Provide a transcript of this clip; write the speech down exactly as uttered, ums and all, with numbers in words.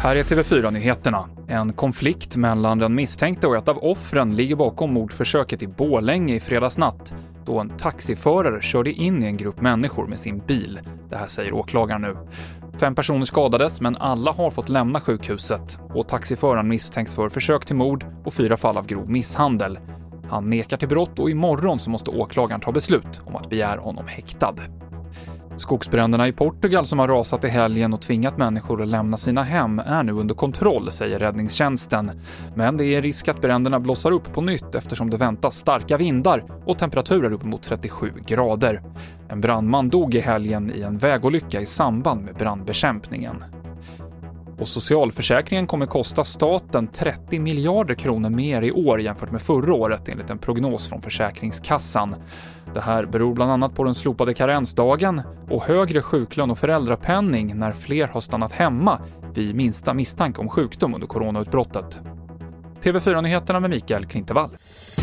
Här är T V fyra-nyheterna. En konflikt mellan den misstänkte och ett av offren ligger bakom mordförsöket i Borlänge i fredags natt, då en taxiförare körde in i en grupp människor med sin bil. Det här säger åklagaren nu. Fem personer skadades, men alla har fått lämna sjukhuset, och taxiföraren misstänks för försök till mord och fyra fall av grov misshandel. Han nekar till brott och imorgon så måste åklagaren ta beslut om att begära honom häktad. Skogsbränderna i Portugal som har rasat i helgen och tvingat människor att lämna sina hem är nu under kontroll, säger räddningstjänsten. Men det är risk att bränderna blossar upp på nytt eftersom det väntas starka vindar och temperaturer upp mot trettiosju grader. En brandman dog i helgen i en vägolycka i samband med brandbekämpningen. Och socialförsäkringen kommer kosta staten trettio miljarder kronor mer i år jämfört med förra året enligt en prognos från Försäkringskassan. Det här beror bland annat på den slopade karensdagen och högre sjuklön och föräldrapenning när fler har stannat hemma vid minsta misstanke om sjukdom under coronautbrottet. T V fyra-nyheterna med Mikael Klintevall.